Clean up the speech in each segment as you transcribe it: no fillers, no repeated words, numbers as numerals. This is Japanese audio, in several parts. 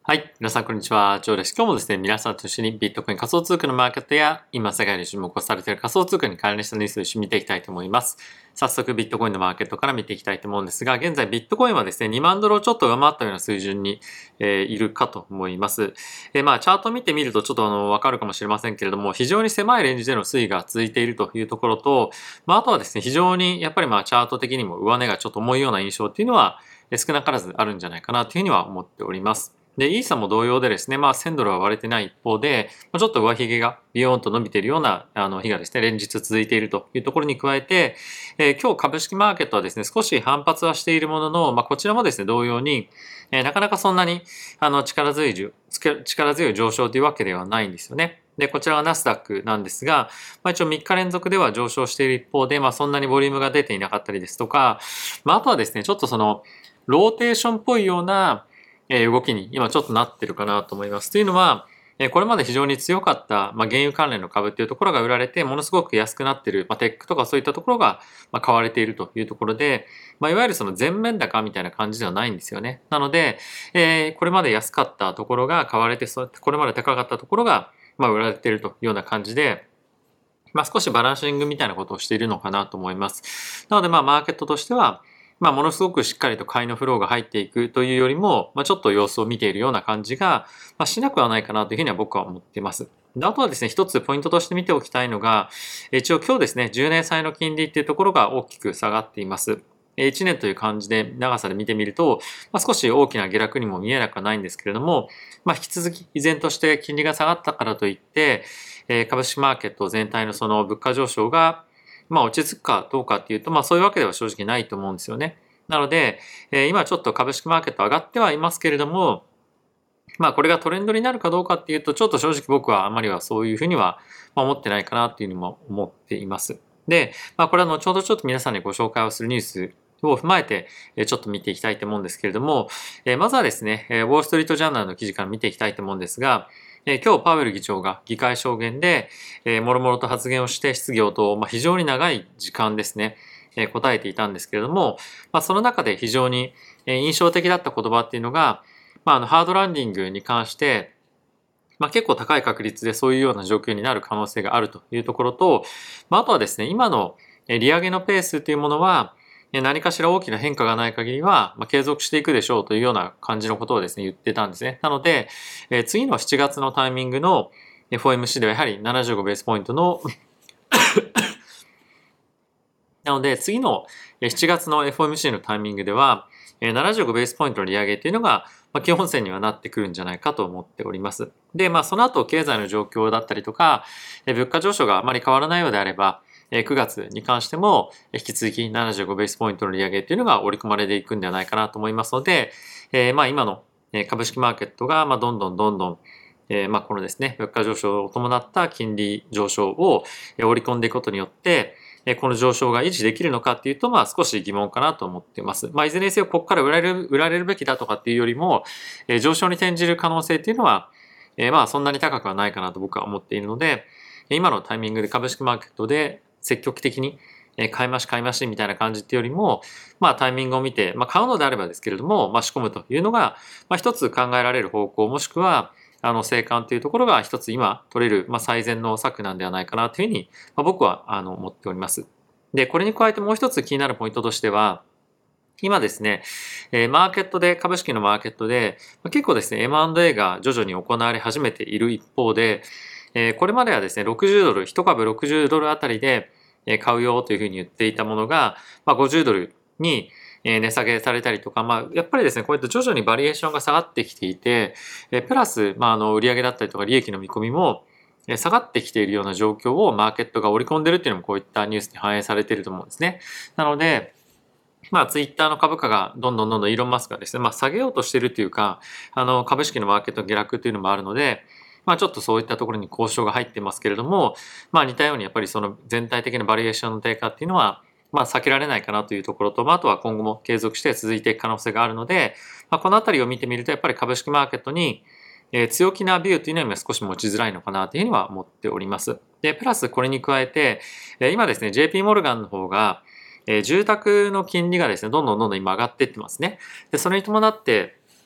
はい。皆さん、こんにちは。ジョーです。今日もですね、皆さんと一緒にビットコイン仮想通貨のマーケットや、今世界で注目をされている仮想通貨に関連したニュースを一緒に見ていきたいと思います。早速、ビットコインのマーケットから見ていきたいと思うんですが、現在ビットコインはですね、2万ドルをちょっと上回ったような水準に、いるかと思います。チャートを見てみるとちょっとわかるかもしれませんけれども、非常に狭いレンジでの推移が続いているというところと、あとはですね、非常にやっぱりチャート的にも上値がちょっと重いような印象っていうのは、少なからずあるんじゃないかなというふうには思っております。で、イーサも同様でですね、1000ドルは割れてない一方で、ちょっと上髭がビヨーンと伸びているような日がですね、連日続いているというところに加えて、今日株式マーケットはですね、少し反発はしているものの、こちらもですね、同様に、なかなかそんなに力強い上昇というわけではないんですよね。で、こちらはナスダックなんですが、一応3日連続では上昇している一方で、そんなにボリュームが出ていなかったりですとか、あとはですね、ちょっとその、ローテーションっぽいような動きに今ちょっとなってるかなと思います。というのは、これまで非常に強かった、原油関連の株っていうところが売られて、ものすごく安くなっている、テックとかそういったところが、買われているというところで、いわゆるその全面高みたいな感じではないんですよね。なので、これまで安かったところが買われて、これまで高かったところが、売られているというような感じで、少しバランシングみたいなことをしているのかなと思います。なので、マーケットとしては、ものすごくしっかりと買いのフローが入っていくというよりも、ちょっと様子を見ているような感じが、しなくはないかなというふうには僕は思っています。で、あとはですね、一つポイントとして見ておきたいのが、一応今日ですね、10年債の金利っていうところが大きく下がっています。1年という感じで長さで見てみると、少し大きな下落にも見えなくはないんですけれども、引き続き依然として金利が下がったからといって、株式マーケット全体のその物価上昇が落ち着くかどうかっていうと、そういうわけでは正直ないと思うんですよね。なので、今ちょっと株式マーケット上がってはいますけれども、これがトレンドになるかどうかっていうと、ちょっと正直僕はあまりはそういうふうには思ってないかなっていうふうにも思っています。で、これは後ほどちょっと皆さんにご紹介をするニュースを踏まえて、ちょっと見ていきたいと思うんですけれども、まずはですね、ウォールストリートジャーナルの記事から見ていきたいと思うんですが、今日パウエル議長が議会証言で、もろもろと発言をして質疑応答、非常に長い時間ですね、答えていたんですけれども、その中で非常に印象的だった言葉っていうのが、ハードランディングに関して、結構高い確率でそういうような状況になる可能性があるというところと、あとはですね、今の利上げのペースというものは、何かしら大きな変化がない限りは、継続していくでしょうというような感じのことをですね、言ってたんですね。なので、次の7月のタイミングの FOMC ではやはり75ベースポイントのなので、次の7月の FOMC のタイミングでは、75ベースポイントの利上げっていうのが、基本線にはなってくるんじゃないかと思っております。で、その後経済の状況だったりとか、物価上昇があまり変わらないようであれば、9月に関しても引き続き75ベースポイントの利上げっていうのが織り込まれていくんではないかなと思いますので、今の株式マーケットがどんどんこのですね、物価上昇を伴った金利上昇を織り込んでいくことによって、この上昇が維持できるのかっていうと、少し疑問かなと思っています。いずれにせよ、ここから売られるべきだとかっていうよりも、上昇に転じる可能性っていうのは、そんなに高くはないかなと僕は思っているので、今のタイミングで株式マーケットで積極的に買い増しみたいな感じっていうよりも、タイミングを見て、買うのであればですけれども、仕込むというのが、一つ考えられる方向、もしくは、生還というところが一つ今取れる、最善の策なんではないかなというふうに、僕は思っております。で、これに加えてもう一つ気になるポイントとしては、今ですね、株式のマーケットで、結構ですね、M&A が徐々に行われ始めている一方で、これまではですね、60ドル、1株60ドルあたりで買うよというふうに言っていたものが、50ドルに値下げされたりとか、やっぱりですね、こうやって徐々にバリエーションが下がってきていて、プラス、売上だったりとか利益の見込みも、下がってきているような状況をマーケットが織り込んでいるっていうのもこういったニュースに反映されていると思うんですね。なので、ツイッターの株価がどんどんイーロンマスクがですね、下げようとしているというか、株式のマーケットの下落というのもあるので、ちょっとそういったところに交渉が入ってますけれども、似たようにやっぱりその全体的なバリエーションの低下っていうのは、避けられないかなというところと、あとは今後も継続して続いていく可能性があるので、このあたりを見てみると、やっぱり株式マーケットに、強気なビューというのは少し持ちづらいのかなというふうには思っております。で、プラスこれに加えて、今ですね、JP モルガンの方が、住宅の金利がですね、どんどん今上がっていってますね。で、それに伴って、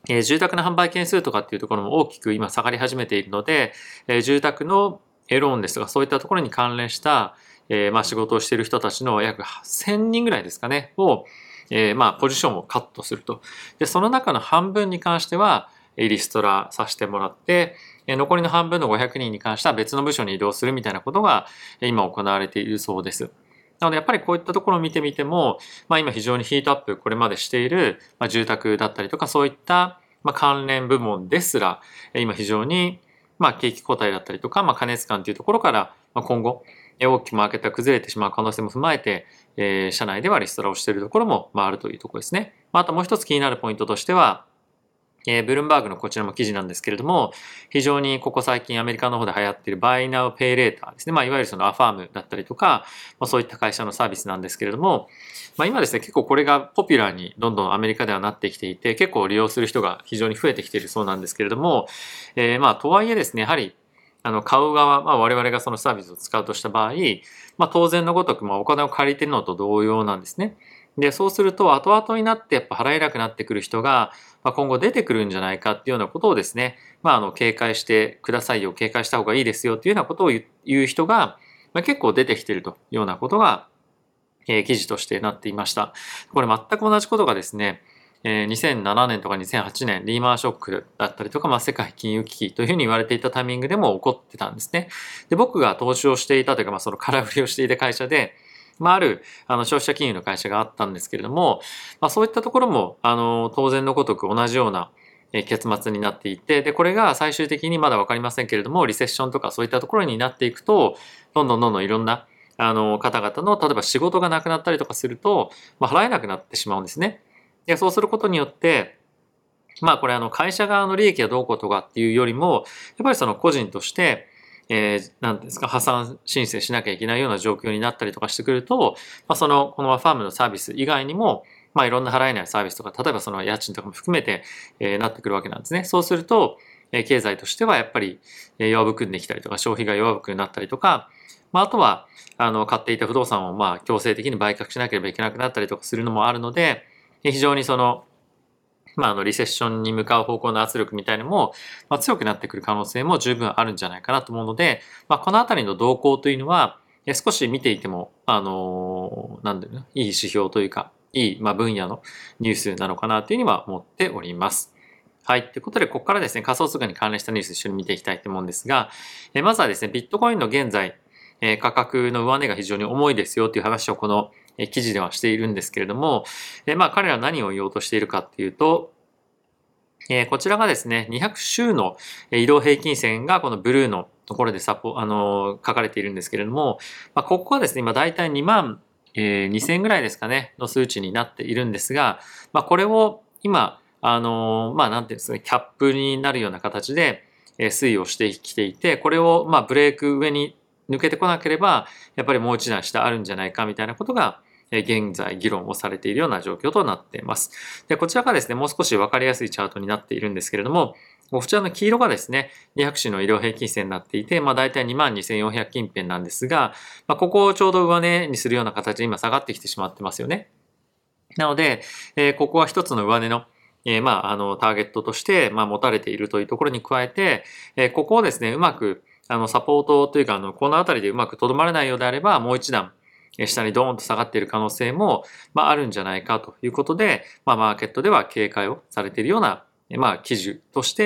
住宅の販売件数とかっていうところも大きく今下がり始めているので、住宅のローンですとかそういったところに関連した、仕事をしている人たちの約1000人ぐらいですかね、を、ポジションをカットすると。で、その中の半分に関しては、リストラさせてもらって、残りの半分の500人に関しては別の部署に移動するみたいなことが今行われているそうです。なのでやっぱりこういったところを見てみても、今非常にヒートアップこれまでしている住宅だったりとかそういった関連部門ですら今非常に景気後退だったりとか過熱感というところから今後大きくマーケットが崩れてしまう可能性も踏まえて社内ではリストラをしているところもあるというところですね。あともう一つ気になるポイントとしてはブルームバーグのこちらも記事なんですけれども、非常にここ最近アメリカの方で流行っている Buy Now Pay Later ですね。いわゆるそのアファームだったりとか、そういった会社のサービスなんですけれども、今ですね、結構これがポピュラーにどんどんアメリカではなってきていて、結構利用する人が非常に増えてきているそうなんですけれども、とはいえですね、やはり買う側、我々がそのサービスを使うとした場合、当然のごとくお金を借りているのと同様なんですね。で、そうすると後々になってやっぱ払えなくなってくる人が今後出てくるんじゃないかっていうようなことをですね、警戒してくださいよ、警戒した方がいいですよっていうようなことを言う人が結構出てきているというようなことが記事としてなっていました。これ全く同じことがですね、2007年とか2008年リーマンショックだったりとか、世界金融危機というふうに言われていたタイミングでも起こってたんですね。で、僕が投資をしていたというか、その空売りをしていた会社で、ある消費者金融の会社があったんですけれども、そういったところも当然のごとく同じような結末になっていて、で、これが最終的にまだわかりませんけれども、リセッションとかそういったところになっていくと、どんどんいろんな方々の、例えば仕事がなくなったりとかすると、払えなくなってしまうんですね。で、そうすることによって、これ会社側の利益がどうこうとかっていうよりも、やっぱりその個人として、なんですか、破産申請しなきゃいけないような状況になったりとかしてくると、このファームのサービス以外にも、いろんな払えないサービスとか、例えばその家賃とかも含めて、なってくるわけなんですね。そうすると、経済としてはやっぱり弱含んできたりとか、消費が弱含になったりとか、あとは、買っていた不動産を強制的に売却しなければいけなくなったりとかするのもあるので、非常にその、リセッションに向かう方向の圧力みたいなのも、強くなってくる可能性も十分あるんじゃないかなと思うので、このあたりの動向というのは、少し見ていても、なんだろうな、いい指標というか、いい、分野のニュースなのかなというふうには思っております。はい。ということで、ここからですね、仮想通貨に関連したニュース一緒に見ていきたいと思うんですが、まずはですね、ビットコインの現在、価格の上値が非常に重いですよという話をこの記事ではしているんですけれども、彼らは何を言おうとしているかっていうと、こちらがですね、200週の移動平均線がこのブルーのところで書かれているんですけれども、ここはですね、今だいたい2万2000ぐらいですかね、の数値になっているんですが、これを今、なんていうんですかね、キャップになるような形で推移をしてきていて、これをブレイク上に抜けてこなければ、やっぱりもう一段下あるんじゃないかみたいなことが、現在議論をされているような状況となっています。で、こちらがですね、もう少しわかりやすいチャートになっているんですけれども、こちらの黄色がですね、200種の移動平均線になっていて、だいたい22,400近辺なんですが、ここをちょうど上値にするような形で今下がってきてしまってますよね。なので、ここは一つの上値のターゲットとして、持たれているというところに加えて、ここをですね、うまく、サポートというか、このあたりでうまくとどまらないようであれば、もう一段、下にドーンと下がっている可能性も、あるんじゃないかということで、マーケットでは警戒をされているような、記事として、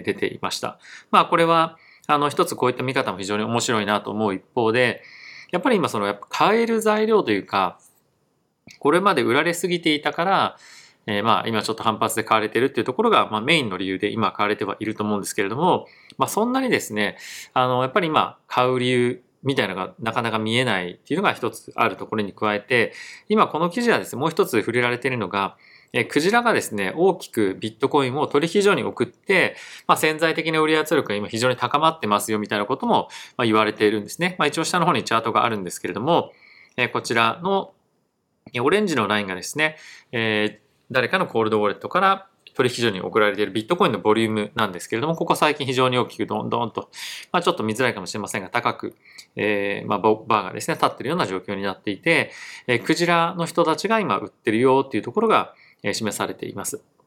出ていました。これは、一つこういった見方も非常に面白いなと思う一方で、やっぱり今やっぱ買える材料というか、これまで売られすぎていたから、今ちょっと反発で買われているっていうところが、メインの理由で今買われてはいると思うんですけれども、そんなにですね、やっぱり今買う理由みたいなのがなかなか見えないっていうのが一つあるところに加えて、今この記事はですね、もう一つ触れられているのが、クジラがですね、大きくビットコインを取引所に送って、潜在的な売り圧力が今非常に高まってますよみたいなことも言われているんですね。一応下の方にチャートがあるんですけれども、こちらのオレンジのラインがですね、誰かのコールドウォレットから取引所に送られているビットコインのボリュームなんですけれども、ここ最近非常に大きくどんどんと、ちょっと見づらいかもしれませんが、高く、バーがですね、立っているような状況になっていて、クジラの人たちが今売ってるよっていうところが示されています。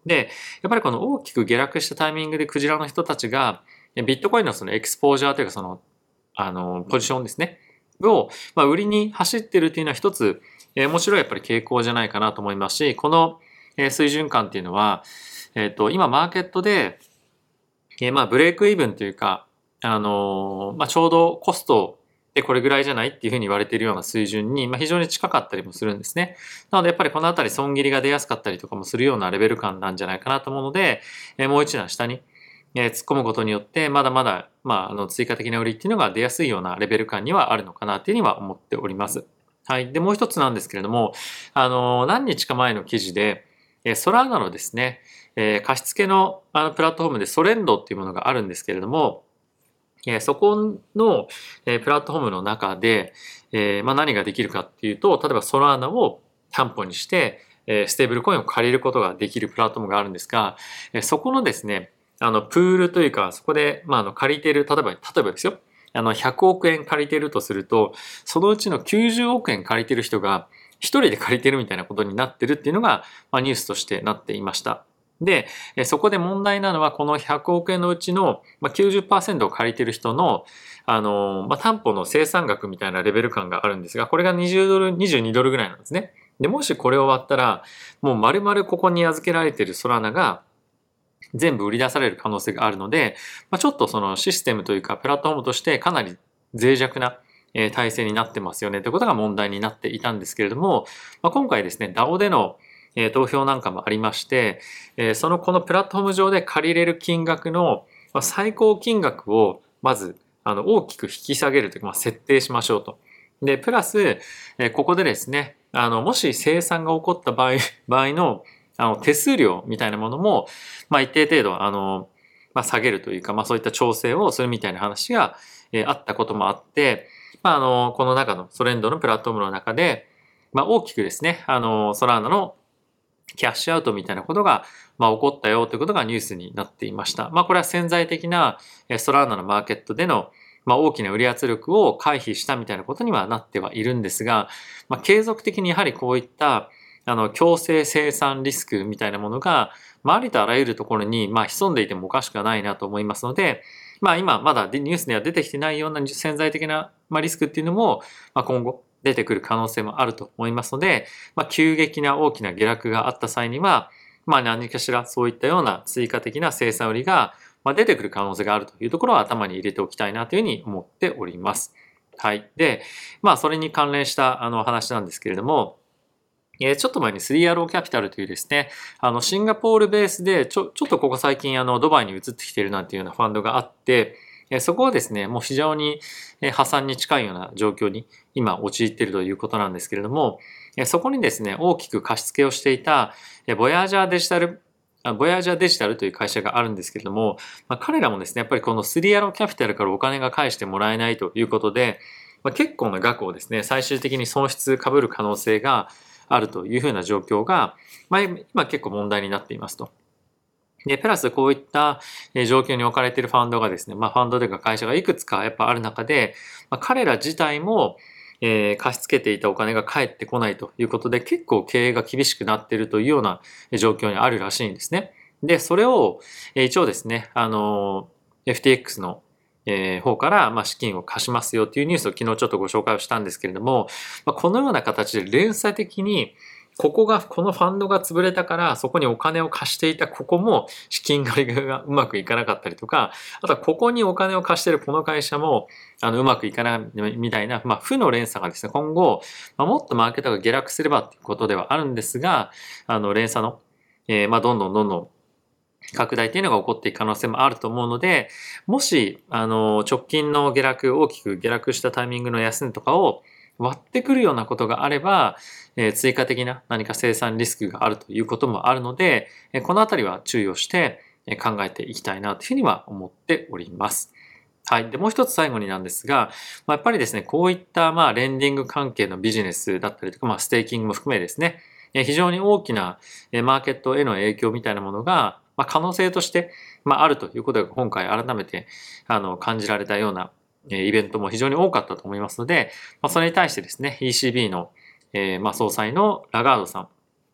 で、やっぱりこの大きく下落したタイミングでクジラの人たちが、ビットコインのそのエクスポージャーというかポジションですね。を、売りに走ってるっていうのは一つ、面白いやっぱり傾向じゃないかなと思いますし、この、水準感っていうのは、今マーケットで、ブレイクイーブンというか、ちょうどコストでこれぐらいじゃないっていうふうに言われているような水準に、非常に近かったりもするんですね。なのでやっぱりこのあたり損切りが出やすかったりとかもするようなレベル感なんじゃないかなと思うので、もう一段下に突っ込むことによって、まだまだ、追加的な売りっていうのが出やすいようなレベル感にはあるのかなっていうふうには思っております。はい。で、もう一つなんですけれども、何日か前の記事で、ソラーナのですね、貸付のプラットフォームでソレンドっていうものがあるんですけれども、そこのプラットフォームの中で、何ができるかっていうと、例えばソラーナを担保にして、ステーブルコインを借りることができるプラットフォームがあるんですが、そこのですね、プールというか、そこで、借りている、例えばですよ、100億円借りているとすると、そのうちの90億円借りている人が、一人で借りてるみたいなことになってるっていうのが、ニュースとしてなっていました。で、そこで問題なのは、この100億円のうちの 90% を借りてる人の、担保の生産額みたいなレベル感があるんですが、これが20ドル、22ドルぐらいなんですね。で、もしこれを割ったら、もう丸々ここに預けられているソラナが、全部売り出される可能性があるので、ちょっとそのシステムというかプラットフォームとしてかなり脆弱な体制になってますよねということが問題になっていたんですけれども、今回ですね、DAO での投票なんかもありまして、このプラットフォーム上で借りれる金額の最高金額をまず大きく引き下げるというか、設定しましょうと。で、プラス、ここでですね、もし生産が起こった場合の手数料みたいなものも、一定程度、下げるというか、そういった調整をするみたいな話が、あったこともあって、この中のソレンドのプラットフォームの中で、大きくですね、ソラーナのキャッシュアウトみたいなことが、起こったよということがニュースになっていました。これは潜在的なソラーナのマーケットでの大きな売り圧力を回避したみたいなことにはなってはいるんですが、継続的にやはりこういった強制生産リスクみたいなものが、ありとあらゆるところに、潜んでいてもおかしくはないなと思いますので、今まだニュースには出てきてないような潜在的なリスクっていうのも、今後出てくる可能性もあると思いますので、急激な大きな下落があった際には、何かしらそういったような追加的な生産売りが、出てくる可能性があるというところは頭に入れておきたいなというふうに思っております。はい。で、それに関連した話なんですけれども、ちょっと前に 3RO キャピタルというですね、シンガポールベースでちょっとここ最近ドバイに移ってきているなんていうようなファンドがあって、そこはですね、もう非常に破産に近いような状況に今陥っているということなんですけれども、そこにですね、大きく貸し付けをしていたボヤージャーデジタルという会社があるんですけれども、彼らもですね、やっぱりこの 3RO キャピタルからお金が返してもらえないということで、結構な額をですね、最終的に損失被る可能性があるというふうな状況が、今結構問題になっていますと。で、プラスこういった状況に置かれているファンドがですね、ファンドというか会社がいくつかやっぱある中で、彼ら自体も、貸し付けていたお金が返ってこないということで、結構経営が厳しくなっているというような状況にあるらしいんですね。で、それを一応ですね、FTX の方から資金を貸しますよというニュースを昨日ちょっとご紹介をしたんですけれども、このような形で連鎖的にこのファンドが潰れたからそこにお金を貸していたここも資金借りがうまくいかなかったりとか、あとはここにお金を貸しているこの会社もうまくいかないみたいな、負の連鎖がですね、今後、もっとマーケットが下落すればということではあるんですが、連鎖の、どんどん拡大というのが起こっていく可能性もあると思うので、もし、直近の大きく下落したタイミングの安値とかを割ってくるようなことがあれば、追加的な何か生産リスクがあるということもあるので、このあたりは注意をして考えていきたいなというふうには思っております。はい。で、もう一つ最後になんですが、やっぱりですね、こういったレンディング関係のビジネスだったりとか、ステーキングも含めですね、非常に大きなマーケットへの影響みたいなものが、可能性として、あるということが今回改めて感じられたようなイベントも非常に多かったと思いますので、それに対してですね、ECB の総裁のラガードさん、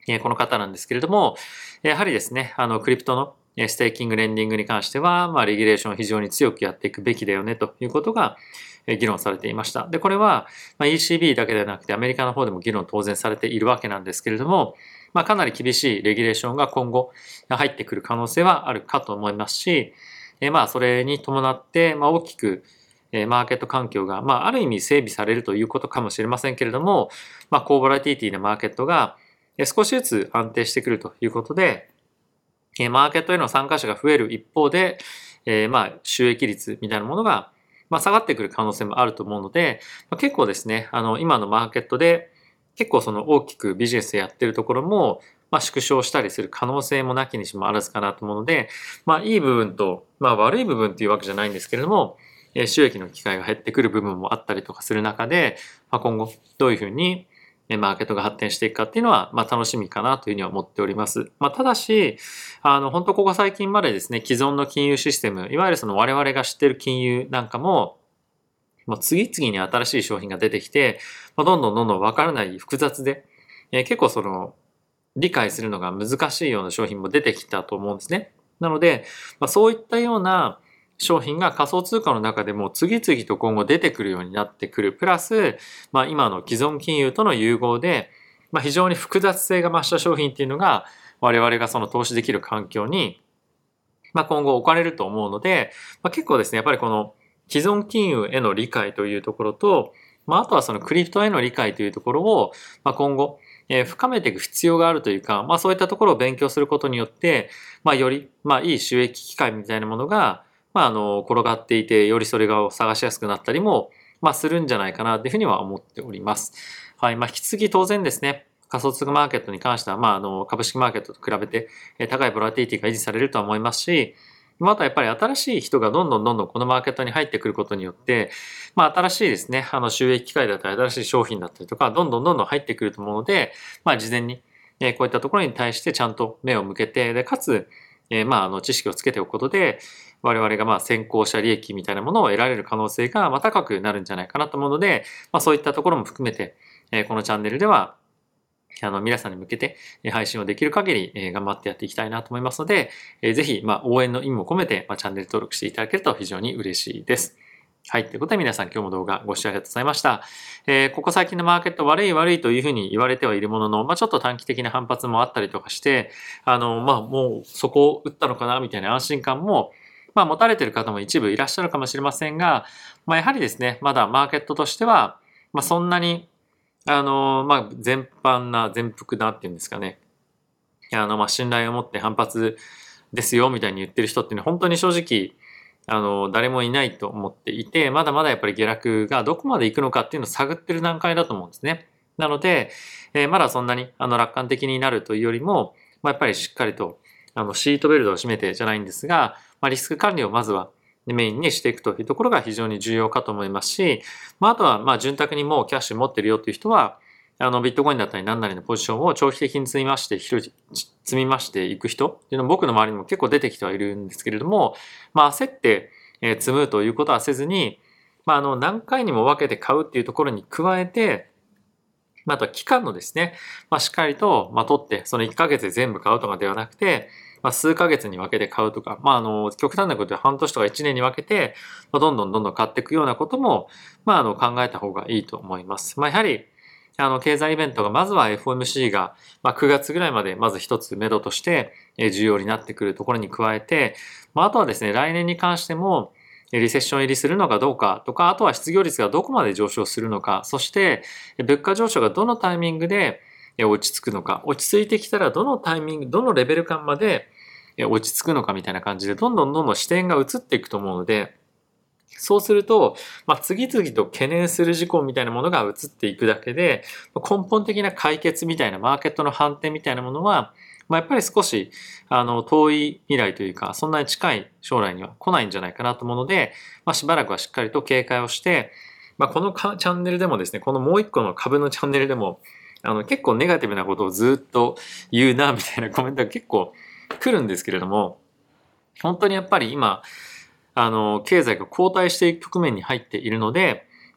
この方なんですけれども、やはりですね、クリプトのステーキング、レンディングに関しては、レギュレーションを非常に強くやっていくべきだよねということが議論されていました。で、これは ECB だけではなくてアメリカの方でも議論当然されているわけなんですけれども、かなり厳しいレギュレーションが今後入ってくる可能性はあるかと思いますし、それに伴って、大きくマーケット環境が、ある意味整備されるということかもしれませんけれども、高ボラティティなマーケットが少しずつ安定してくるということで、マーケットへの参加者が増える一方で、収益率みたいなものが、下がってくる可能性もあると思うので、結構ですね、今のマーケットで結構その大きくビジネスやってるところも、縮小したりする可能性もなきにしもあらずかなと思うので、いい部分と、悪い部分っていうわけじゃないんですけれども、収益の機会が減ってくる部分もあったりとかする中で、今後どういうふうにマーケットが発展していくかっていうのは、楽しみかなというふうには思っております。ただし、本当ここ最近までですね、既存の金融システム、いわゆるその我々が知っている金融なんかも、次々に新しい商品が出てきて、どんどん分からない複雑で、結構その、理解するのが難しいような商品も出てきたと思うんですね。なので、そういったような商品が仮想通貨の中でも次々と今後出てくるようになってくる。プラス、今の既存金融との融合で、非常に複雑性が増した商品っていうのが我々がその投資できる環境に、今後置かれると思うので、結構ですね、やっぱりこの既存金融への理解というところと、あとはそのクリプトへの理解というところを、今後、深めていく必要があるというか、そういったところを勉強することによって、より、いい収益機会みたいなものが、転がっていて、よりそれが探しやすくなったりも、するんじゃないかなというふうには思っております。はい。引き続き当然ですね、仮想通貨マーケットに関しては、株式マーケットと比べて高いボラティティが維持されるとは思いますし、あとはやっぱり新しい人がどんどんこのマーケットに入ってくることによって、新しいですね、収益機会だったり新しい商品だったりとか、どんどん入ってくると思うので、事前にこういったところに対してちゃんと目を向けて、で、かつ、知識をつけておくことで、我々が先行者利益みたいなものを得られる可能性が高くなるんじゃないかなと思うので、そういったところも含めて、このチャンネルでは、皆さんに向けて配信をできる限り頑張ってやっていきたいなと思いますので、ぜひ応援の意味も込めてチャンネル登録していただけると非常に嬉しいです。はい。ということで皆さん今日も動画ご視聴ありがとうございました。ここ最近のマーケット悪いというふうに言われてはいるものの、ちょっと短期的な反発もあったりとかして、もうそこを打ったのかなみたいな安心感も、持たれている方も一部いらっしゃるかもしれませんが、やはりですね、まだマーケットとしては、そんなに全幅なっていうんですかね。信頼を持って反発ですよ、みたいに言ってる人ってね、本当に正直、誰もいないと思っていて、まだまだやっぱり下落がどこまで行くのかっていうのを探ってる段階だと思うんですね。なので、まだそんなに、楽観的になるというよりも、やっぱりしっかりと、シートベルトを締めてじゃないんですが、リスク管理をまずは、メインにしていくというところが非常に重要かと思いますし、あとは、潤沢にもうキャッシュ持ってるよっていう人は、ビットコインだったり何なりのポジションを長期的に積みましていく人っていうのも僕の周りにも結構出てきてはいるんですけれども、焦って積むということはせずに、何回にも分けて買うっていうところに加えて、あとは期間のですね、しっかりと、取って、その1ヶ月で全部買うとかではなくて、数ヶ月に分けて買うとか、極端なことで半年とか1年に分けて、どんどん買っていくようなことも、考えた方がいいと思います。やはり、経済イベントが、まずは FOMC が、9月ぐらいまで、まず一つ目処として、重要になってくるところに加えて、あとはですね、来年に関しても、リセッション入りするのかどうかとか、あとは失業率がどこまで上昇するのか、そして、物価上昇がどのタイミングで落ち着くのか、落ち着いてきたらどのタイミング、どのレベル感まで落ち着くのかみたいな感じで、どんどん視点が移っていくと思うので、そうすると、次々と懸念する事項みたいなものが移っていくだけで、根本的な解決みたいなマーケットの反転みたいなものは、やっぱり少し、遠い未来というか、そんなに近い将来には来ないんじゃないかなと思うので、しばらくはしっかりと警戒をして、このチャンネルでもですね、このもう一個の株のチャンネルでも、結構ネガティブなことをずっと言うな、みたいなコメントが結構来るんですけれども、本当にやっぱり今、経済が後退していく局面に入っているので、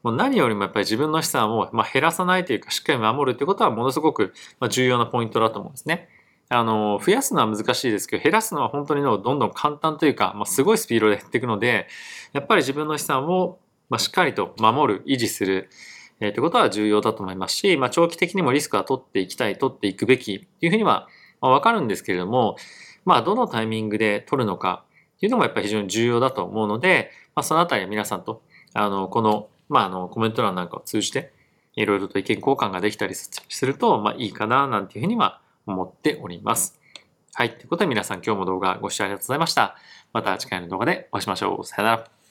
もう何よりもやっぱり自分の資産を減らさないというか、しっかり守るってことはものすごく重要なポイントだと思うんですね。増やすのは難しいですけど、減らすのは本当にどんどん簡単というか、すごいスピードで減っていくので、やっぱり自分の資産をしっかりと守る、維持する、ということは重要だと思いますし、長期的にもリスクは取っていきたい、取っていくべきというふうにはわかるんですけれども、どのタイミングで取るのかっていうのもやっぱり非常に重要だと思うので、そのあたりは皆さんと、この、コメント欄なんかを通じて、いろいろと意見交換ができたりすると、いいかな、なんていうふうには思っております。はい。ということで皆さん今日も動画ご視聴ありがとうございました。また次回の動画でお会いしましょう。さよなら。